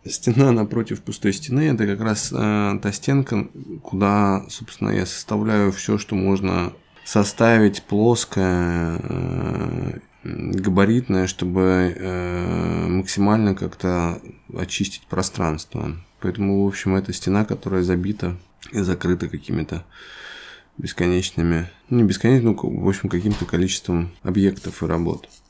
Стена напротив пустой стены – это как раз та стенка, куда, собственно, я составляю все, что можно составить плоское, габаритное, чтобы максимально как-то очистить пространство. Поэтому, в общем, это стена, которая забита и закрыта какими-то бесконечными, не бесконечными, но, в общем, каким-то количеством объектов и работ.